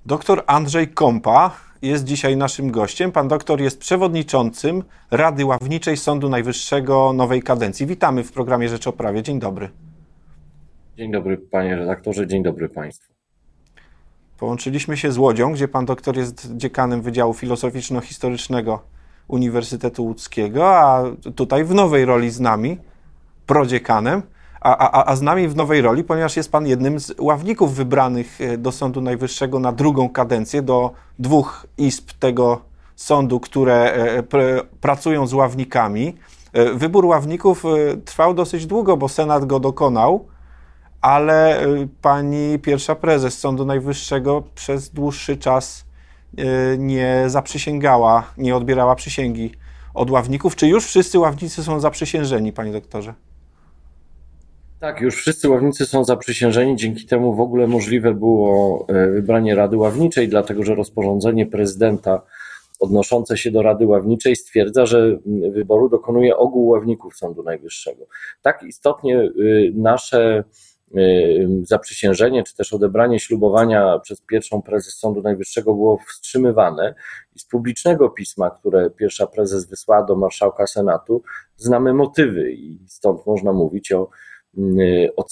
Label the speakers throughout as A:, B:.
A: Doktor Andrzej Kompa jest dzisiaj naszym gościem. Pan doktor jest przewodniczącym Rady Ławniczej Sądu Najwyższego nowej kadencji. Witamy w programie Rzecz o Prawie. Dzień dobry.
B: Dzień dobry panie redaktorze, dzień dobry państwu.
A: Połączyliśmy się z Łodzią, gdzie pan doktor jest dziekanem Wydziału Filozoficzno-Historycznego Uniwersytetu Łódzkiego, a tutaj w nowej roli z nami, prodziekanem, a z nami w nowej roli, ponieważ jest pan jednym z ławników wybranych do Sądu Najwyższego na drugą kadencję, do dwóch izb tego sądu, które pracują z ławnikami. Wybór ławników trwał dosyć długo, bo Senat go dokonał, ale pani pierwsza prezes Sądu Najwyższego przez dłuższy czas nie zaprzysięgała, nie odbierała przysięgi od ławników. Czy już wszyscy ławnicy są zaprzysiężeni, panie doktorze?
B: Tak, już wszyscy ławnicy są zaprzysiężeni, dzięki temu w ogóle możliwe było wybranie Rady Ławniczej, dlatego że rozporządzenie prezydenta odnoszące się do Rady Ławniczej stwierdza, że wyboru dokonuje ogół ławników Sądu Najwyższego. Tak istotnie nasze zaprzysiężenie, czy też odebranie ślubowania przez pierwszą prezes Sądu Najwyższego było wstrzymywane i z publicznego pisma, które pierwsza prezes wysłała do marszałka Senatu, znamy motywy i stąd można mówić o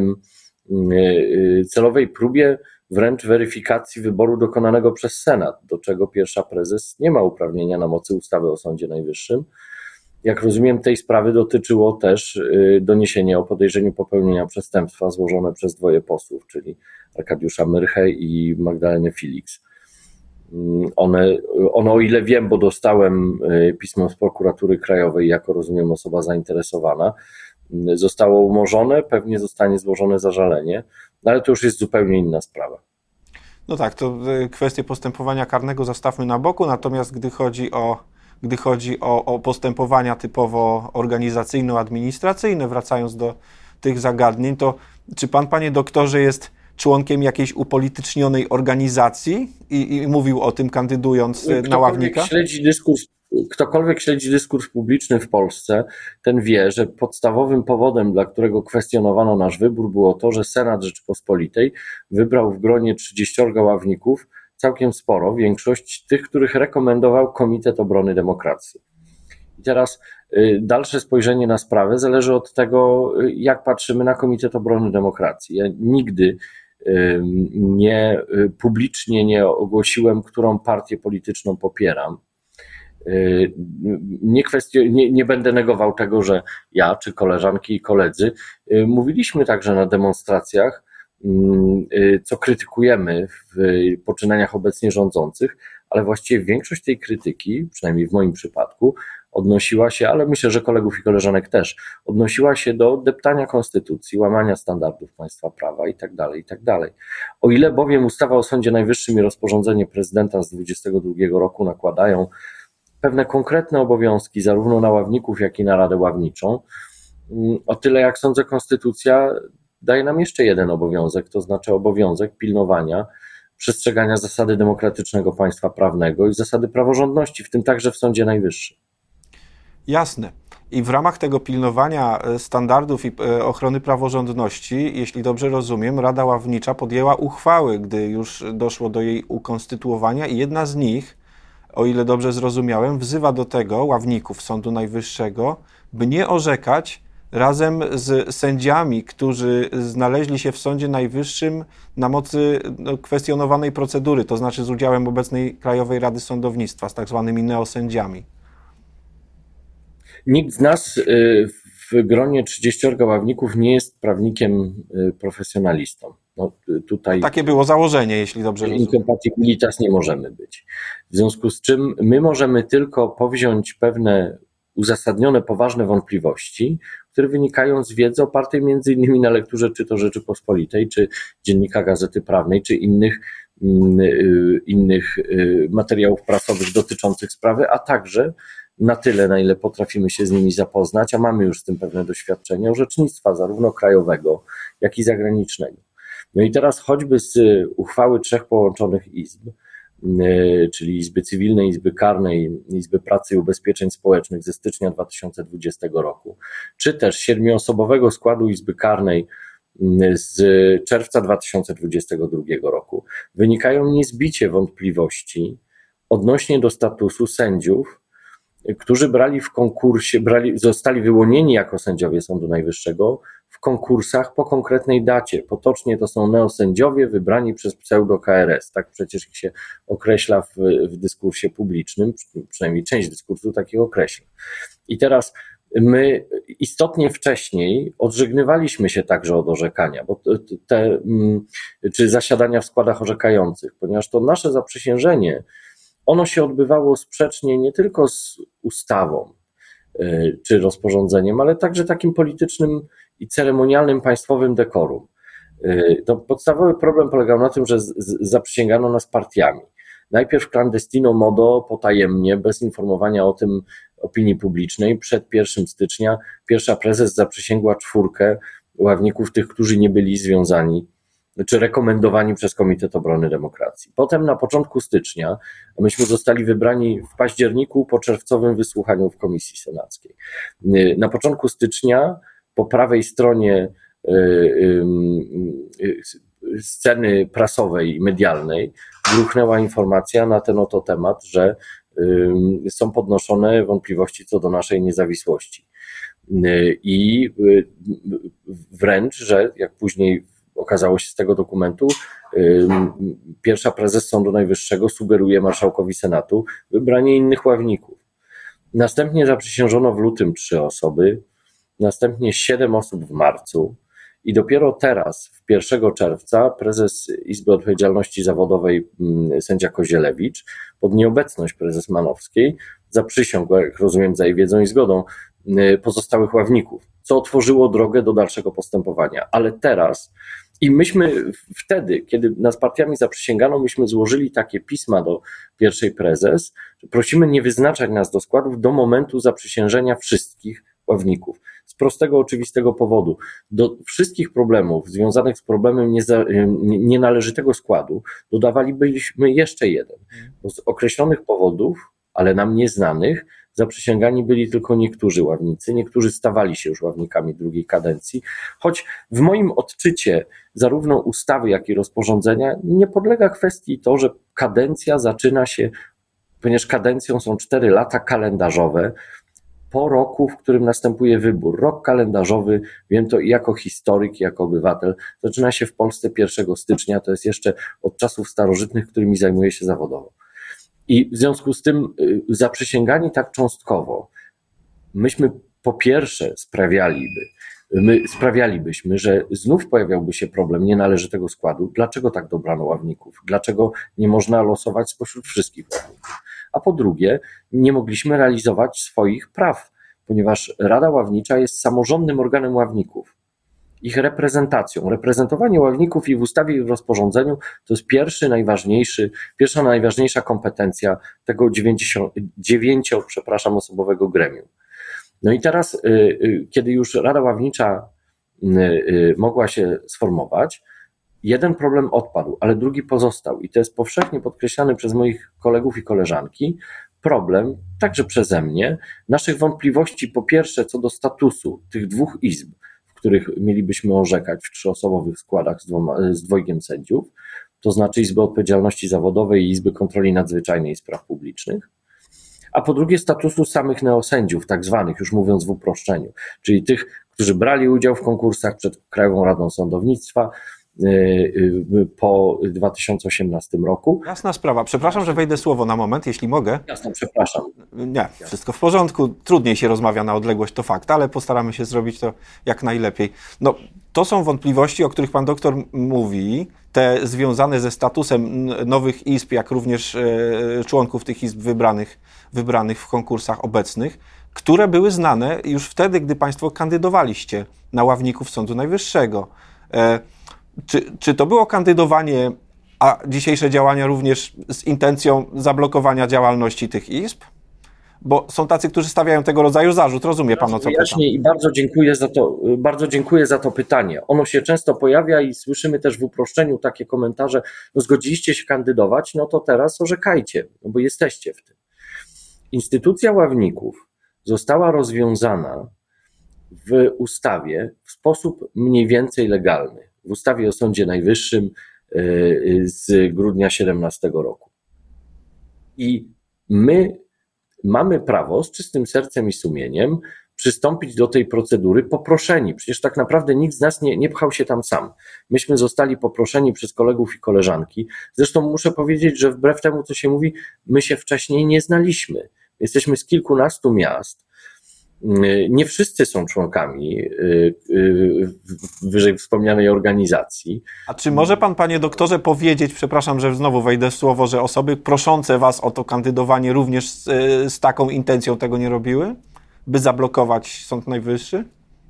B: celowej próbie wręcz weryfikacji wyboru dokonanego przez Senat, do czego pierwsza prezes nie ma uprawnienia na mocy ustawy o Sądzie Najwyższym. Jak rozumiem, tej sprawy dotyczyło też doniesienie o podejrzeniu popełnienia przestępstwa złożone przez dwoje posłów, czyli Arkadiusza Myrchę i Magdalenę Felix. One, o ile wiem, bo dostałem pismo z prokuratury krajowej, jako rozumiem osoba zainteresowana, zostało umorzone, pewnie zostanie złożone zażalenie, ale to już jest zupełnie inna sprawa.
A: No tak, to kwestię postępowania karnego zostawmy na boku, natomiast gdy chodzi o postępowania typowo organizacyjno-administracyjne, wracając do tych zagadnień, to czy pan, panie doktorze, jest członkiem jakiejś upolitycznionej organizacji i mówił o tym, kandydując na ławnika?
B: Ktokolwiek śledzi dyskurs publiczny w Polsce, ten wie, że podstawowym powodem, dla którego kwestionowano nasz wybór, było to, że Senat Rzeczypospolitej wybrał w gronie 30 ławników całkiem sporo, większość tych, których rekomendował Komitet Obrony Demokracji. I teraz dalsze spojrzenie na sprawę zależy od tego, jak patrzymy na Komitet Obrony Demokracji. Ja nigdy publicznie nie ogłosiłem, którą partię polityczną popieram. Nie będę negował tego, że ja czy koleżanki i koledzy mówiliśmy także na demonstracjach, co krytykujemy w poczynaniach obecnie rządzących, ale właściwie większość tej krytyki, przynajmniej w moim przypadku, odnosiła się, ale myślę, że kolegów i koleżanek też, odnosiła się do deptania konstytucji, łamania standardów państwa prawa itd. O ile bowiem ustawa o Sądzie Najwyższym i rozporządzenie prezydenta z 2022 roku nakładają pewne konkretne obowiązki zarówno na ławników, jak i na Radę Ławniczą, o tyle, jak sądzę, konstytucja daje nam jeszcze jeden obowiązek, to znaczy obowiązek pilnowania, przestrzegania zasady demokratycznego państwa prawnego i zasady praworządności, w tym także w Sądzie Najwyższym.
A: Jasne. I w ramach tego pilnowania standardów i ochrony praworządności, jeśli dobrze rozumiem, Rada Ławnicza podjęła uchwały, gdy już doszło do jej ukonstytuowania i jedna z nich, o ile dobrze zrozumiałem, wzywa do tego ławników Sądu Najwyższego, by nie orzekać razem z sędziami, którzy znaleźli się w Sądzie Najwyższym na mocy kwestionowanej procedury, to znaczy z udziałem obecnej Krajowej Rady Sądownictwa, z tak zwanymi neosędziami.
B: Nikt z nas w gronie 30 ławników nie jest prawnikiem profesjonalistą. No, tutaj
A: takie było założenie, jeśli dobrze rozumiem.
B: Incompatibilitas nie możemy być. W związku z czym my możemy tylko powziąć pewne uzasadnione, poważne wątpliwości, które wynikają z wiedzy opartej między innymi na lekturze czy to Rzeczypospolitej, czy Dziennika Gazety Prawnej, czy innych materiałów prasowych dotyczących sprawy, a także na tyle, na ile potrafimy się z nimi zapoznać, a mamy już z tym pewne doświadczenie, orzecznictwa zarówno krajowego, jak i zagranicznego. No i teraz choćby z uchwały trzech połączonych izb, czyli Izby Cywilnej, Izby Karnej, Izby Pracy i Ubezpieczeń Społecznych ze stycznia 2020 roku, czy też 7-osobowego składu Izby Karnej z czerwca 2022 roku, wynikają niezbicie wątpliwości odnośnie do statusu sędziów, którzy brali w konkursie, zostali wyłonieni jako sędziowie Sądu Najwyższego w konkursach po konkretnej dacie. Potocznie to są neosędziowie wybrani przez pseudo-KRS. Tak przecież ich się określa w dyskursie publicznym, przynajmniej część dyskursu takich określa. I teraz my istotnie wcześniej odżegnywaliśmy się także od orzekania, czy zasiadania w składach orzekających, ponieważ to nasze zaprzysiężenie, ono się odbywało sprzecznie nie tylko z ustawą czy rozporządzeniem, ale także takim politycznym i ceremonialnym państwowym dekorum. To podstawowy problem polegał na tym, że zaprzysięgano nas partiami. Najpierw clandestino modo, potajemnie, bez informowania o tym opinii publicznej. Przed 1 stycznia pierwsza prezes zaprzysięgła 4 ławników, tych, którzy nie byli związani czy rekomendowani przez Komitet Obrony Demokracji. Potem na początku stycznia myśmy zostali wybrani w październiku po czerwcowym wysłuchaniu w Komisji Senackiej. Na początku stycznia po prawej stronie sceny prasowej i medialnej gruchnęła informacja na ten oto temat, że są podnoszone wątpliwości co do naszej niezawisłości. I wręcz, że jak później okazało się z tego dokumentu, pierwsza prezes Sądu Najwyższego sugeruje marszałkowi Senatu wybranie innych ławników. Następnie zaprzysiężono w lutym 3 osoby, następnie 7 osób w marcu i dopiero teraz, w 1 czerwca, prezes Izby Odpowiedzialności Zawodowej sędzia Kozielewicz pod nieobecność prezes Manowskiej zaprzysiągł, jak rozumiem, za jej wiedzą i zgodą, pozostałych ławników, co otworzyło drogę do dalszego postępowania. Ale teraz i myśmy wtedy, kiedy nas partiami zaprzysięgano, myśmy złożyli takie pisma do pierwszej prezes, że prosimy nie wyznaczać nas do składów do momentu zaprzysiężenia wszystkich ławników. Z prostego, oczywistego powodu. Do wszystkich problemów związanych z problemem nienależytego składu dodawalibyśmy jeszcze jeden. Bo z określonych powodów, ale nam nieznanych, zaprzysięgani byli tylko niektórzy ławnicy, niektórzy stawali się już ławnikami drugiej kadencji, choć w moim odczycie zarówno ustawy, jak i rozporządzenia nie podlega kwestii to, że kadencja zaczyna się, ponieważ kadencją są 4 lata kalendarzowe, po roku, w którym następuje wybór. Rok kalendarzowy, wiem to i jako historyk, i jako obywatel, zaczyna się w Polsce 1 stycznia, to jest jeszcze od czasów starożytnych, którymi zajmuję się zawodowo. I w związku z tym zaprzysięgani tak cząstkowo, myśmy po pierwsze sprawialibyśmy, że znów pojawiałby się problem nienależytego składu. Dlaczego tak dobrano ławników? Dlaczego nie można losować spośród wszystkich ławników? A po drugie, nie mogliśmy realizować swoich praw, ponieważ Rada Ławnicza jest samorządnym organem ławników. Ich reprezentacją. Reprezentowanie ławników i w ustawie, i w rozporządzeniu to jest pierwsza najważniejsza kompetencja tego 9-osobowego gremium. No i teraz, kiedy już Rada Ławnicza mogła się sformować, jeden problem odpadł, ale drugi pozostał i to jest powszechnie podkreślany przez moich kolegów i koleżanki, problem, także przeze mnie, naszych wątpliwości po pierwsze co do statusu tych 2 izb, w których mielibyśmy orzekać w 3-osobowych składach z 2 sędziów, to znaczy Izby Odpowiedzialności Zawodowej i Izby Kontroli Nadzwyczajnej i Spraw Publicznych, a po drugie statusu samych neosędziów, tak zwanych, już mówiąc w uproszczeniu, czyli tych, którzy brali udział w konkursach przed Krajową Radą Sądownictwa po 2018 roku.
A: Jasna sprawa. Przepraszam, że wejdę słowo na moment, jeśli mogę.
B: Jasne, przepraszam.
A: Nie, wszystko w porządku. Trudniej się rozmawia na odległość, to fakt, ale postaramy się zrobić to jak najlepiej. No, to są wątpliwości, o których pan doktor mówi, te związane ze statusem nowych izb, jak również członków tych izb wybranych w konkursach obecnych, które były znane już wtedy, gdy państwo kandydowaliście na ławników Sądu Najwyższego. Czy to było kandydowanie, a dzisiejsze działania również z intencją zablokowania działalności tych izb? Bo są tacy, którzy stawiają tego rodzaju zarzut. Rozumie pan, o co pytam?
B: I bardzo dziękuję za to pytanie. Ono się często pojawia i słyszymy też w uproszczeniu takie komentarze, no zgodziliście się kandydować, no to teraz orzekajcie, no bo jesteście w tym. Instytucja ławników została rozwiązana w ustawie w sposób mniej więcej legalny. W ustawie o Sądzie Najwyższym z grudnia 2017 roku. I my mamy prawo z czystym sercem i sumieniem przystąpić do tej procedury poproszeni. Przecież tak naprawdę nikt z nas nie pchał się tam sam. Myśmy zostali poproszeni przez kolegów i koleżanki. Zresztą muszę powiedzieć, że wbrew temu, co się mówi, my się wcześniej nie znaliśmy. Jesteśmy z kilkunastu miast. Nie wszyscy są członkami wyżej wspomnianej organizacji.
A: A czy może pan, panie doktorze, powiedzieć, przepraszam, że znowu wejdę w słowo, że osoby proszące was o to kandydowanie również z taką intencją tego nie robiły? By zablokować Sąd Najwyższy?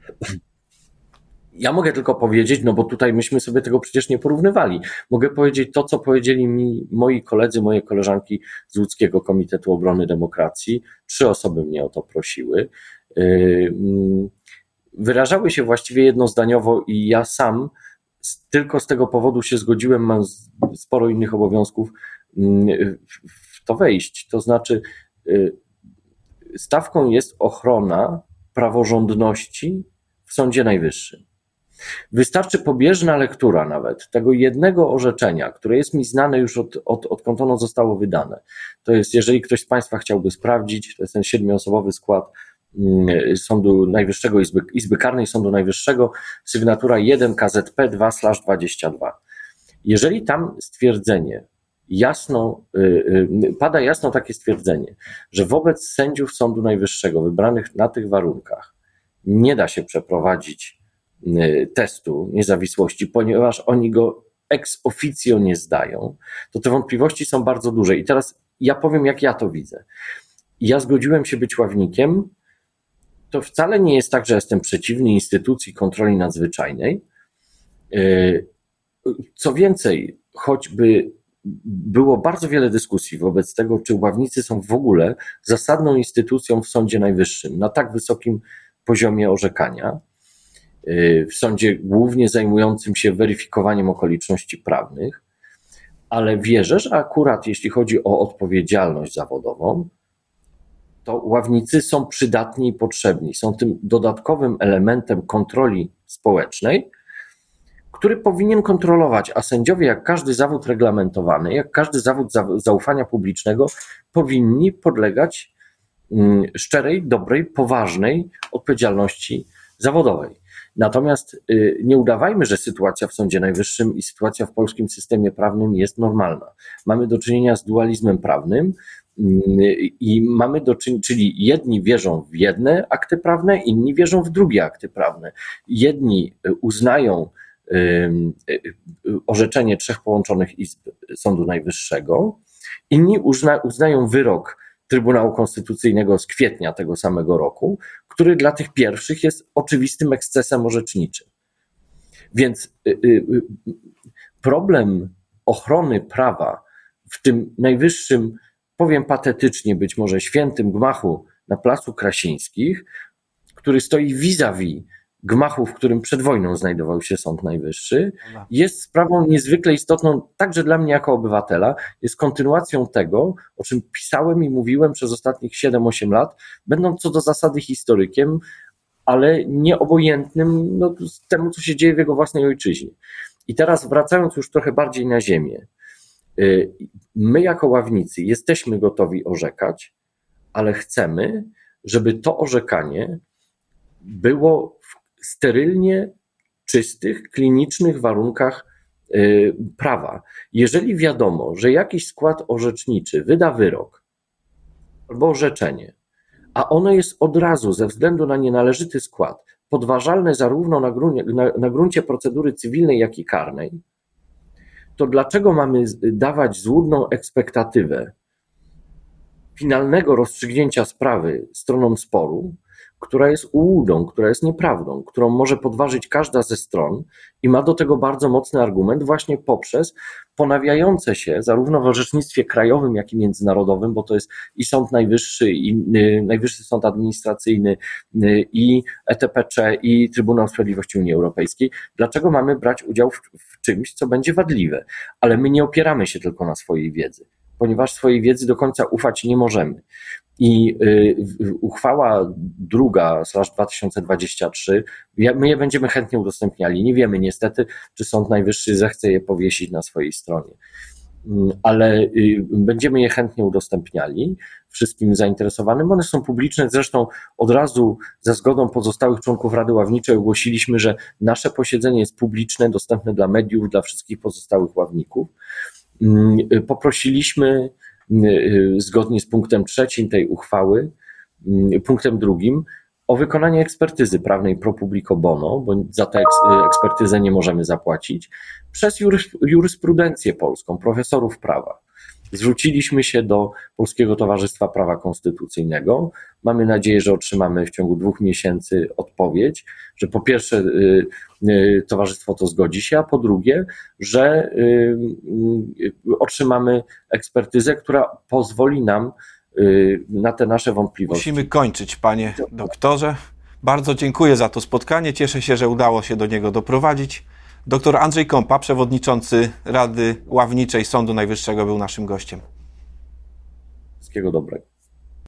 B: Ja mogę tylko powiedzieć, no bo tutaj myśmy sobie tego przecież nie porównywali. Mogę powiedzieć to, co powiedzieli mi moi koledzy, moje koleżanki z Łódzkiego Komitetu Obrony Demokracji. 3 osoby mnie o to prosiły. Wyrażały się właściwie jednozdaniowo i ja sam tylko z tego powodu się zgodziłem, mam sporo innych obowiązków, w to wejść. To znaczy stawką jest ochrona praworządności w Sądzie Najwyższym. Wystarczy pobieżna lektura nawet tego jednego orzeczenia, które jest mi znane już odkąd ono zostało wydane. To jest, jeżeli ktoś z Państwa chciałby sprawdzić, to jest ten 7-osobowy skład Sądu Najwyższego, Izby Karnej Sądu Najwyższego, sygnatura 1 KZP 2/22. Jeżeli tam stwierdzenie pada jasno takie stwierdzenie, że wobec sędziów Sądu Najwyższego wybranych na tych warunkach nie da się przeprowadzić testu niezawisłości, ponieważ oni go ex officio nie zdają, to te wątpliwości są bardzo duże. I teraz ja powiem, jak ja to widzę. Ja zgodziłem się być ławnikiem. To wcale nie jest tak, że jestem przeciwny instytucji kontroli nadzwyczajnej. Co więcej, choćby było bardzo wiele dyskusji wobec tego, czy ławnicy są w ogóle zasadną instytucją w Sądzie Najwyższym na tak wysokim poziomie orzekania, w sądzie głównie zajmującym się weryfikowaniem okoliczności prawnych, ale wierzę, że akurat jeśli chodzi o odpowiedzialność zawodową, to ławnicy są przydatni i potrzebni. Są tym dodatkowym elementem kontroli społecznej, który powinien kontrolować, a sędziowie, jak każdy zawód reglamentowany, jak każdy zawód zaufania publicznego, powinni podlegać szczerej, dobrej, poważnej odpowiedzialności zawodowej. Natomiast nie udawajmy, że sytuacja w Sądzie Najwyższym i sytuacja w polskim systemie prawnym jest normalna. Mamy do czynienia z dualizmem prawnym i mamy czyli jedni wierzą w jedne akty prawne, inni wierzą w drugie akty prawne. Jedni uznają orzeczenie 3 połączonych izb Sądu Najwyższego, inni uznają wyrok Trybunału Konstytucyjnego z kwietnia tego samego roku, który dla tych pierwszych jest oczywistym ekscesem orzeczniczym. Więc problem ochrony prawa w tym najwyższym, powiem patetycznie, być może świętym gmachu na Placu Krasińskich, który stoi vis-a-vis gmachu, w którym przed wojną znajdował się Sąd Najwyższy, jest sprawą niezwykle istotną także dla mnie jako obywatela, jest kontynuacją tego, o czym pisałem i mówiłem przez ostatnich 7-8 lat, będąc co do zasady historykiem, ale nieobojętnym temu, co się dzieje w jego własnej ojczyźnie. I teraz wracając już trochę bardziej na ziemię, my jako ławnicy jesteśmy gotowi orzekać, ale chcemy, żeby to orzekanie było w sterylnie czystych, klinicznych warunkach prawa. Jeżeli wiadomo, że jakiś skład orzeczniczy wyda wyrok albo orzeczenie, a ono jest od razu ze względu na nienależyty skład podważalne zarówno na gruncie procedury cywilnej, jak i karnej, to dlaczego mamy dawać złudną ekspektatywę finalnego rozstrzygnięcia sprawy stronom sporu, która jest ułudą, która jest nieprawdą, którą może podważyć każda ze stron i ma do tego bardzo mocny argument właśnie poprzez ponawiające się zarówno w orzecznictwie krajowym, jak i międzynarodowym, bo to jest i Sąd Najwyższy, i Najwyższy Sąd Administracyjny, i ETPC, i Trybunał Sprawiedliwości Unii Europejskiej. Dlaczego mamy brać udział w czymś, co będzie wadliwe? Ale my nie opieramy się tylko na swojej wiedzy, ponieważ swojej wiedzy do końca ufać nie możemy. I uchwała 2/2023, my je będziemy chętnie udostępniali. Nie wiemy niestety, czy Sąd Najwyższy zechce je powiesić na swojej stronie, ale będziemy je chętnie udostępniali wszystkim zainteresowanym. One są publiczne, zresztą od razu za zgodą pozostałych członków Rady Ławniczej ogłosiliśmy, że nasze posiedzenie jest publiczne, dostępne dla mediów, dla wszystkich pozostałych ławników. Poprosiliśmy zgodnie z punktem 3 tej uchwały, punktem 2, o wykonanie ekspertyzy prawnej pro publico bono, bo za tę ekspertyzę nie możemy zapłacić, przez jurysprudencję polską, profesorów prawa. Zwróciliśmy się do Polskiego Towarzystwa Prawa Konstytucyjnego. Mamy nadzieję, że otrzymamy w ciągu 2 miesięcy odpowiedź, że po pierwsze towarzystwo to zgodzi się, a po drugie, że otrzymamy ekspertyzę, która pozwoli nam na te nasze wątpliwości.
A: Musimy kończyć, panie doktorze. Bardzo dziękuję za to spotkanie. Cieszę się, że udało się do niego doprowadzić. Doktor Andrzej Kompa, przewodniczący Rady Ławniczej Sądu Najwyższego, był naszym gościem.
B: Wszystkiego dobrego.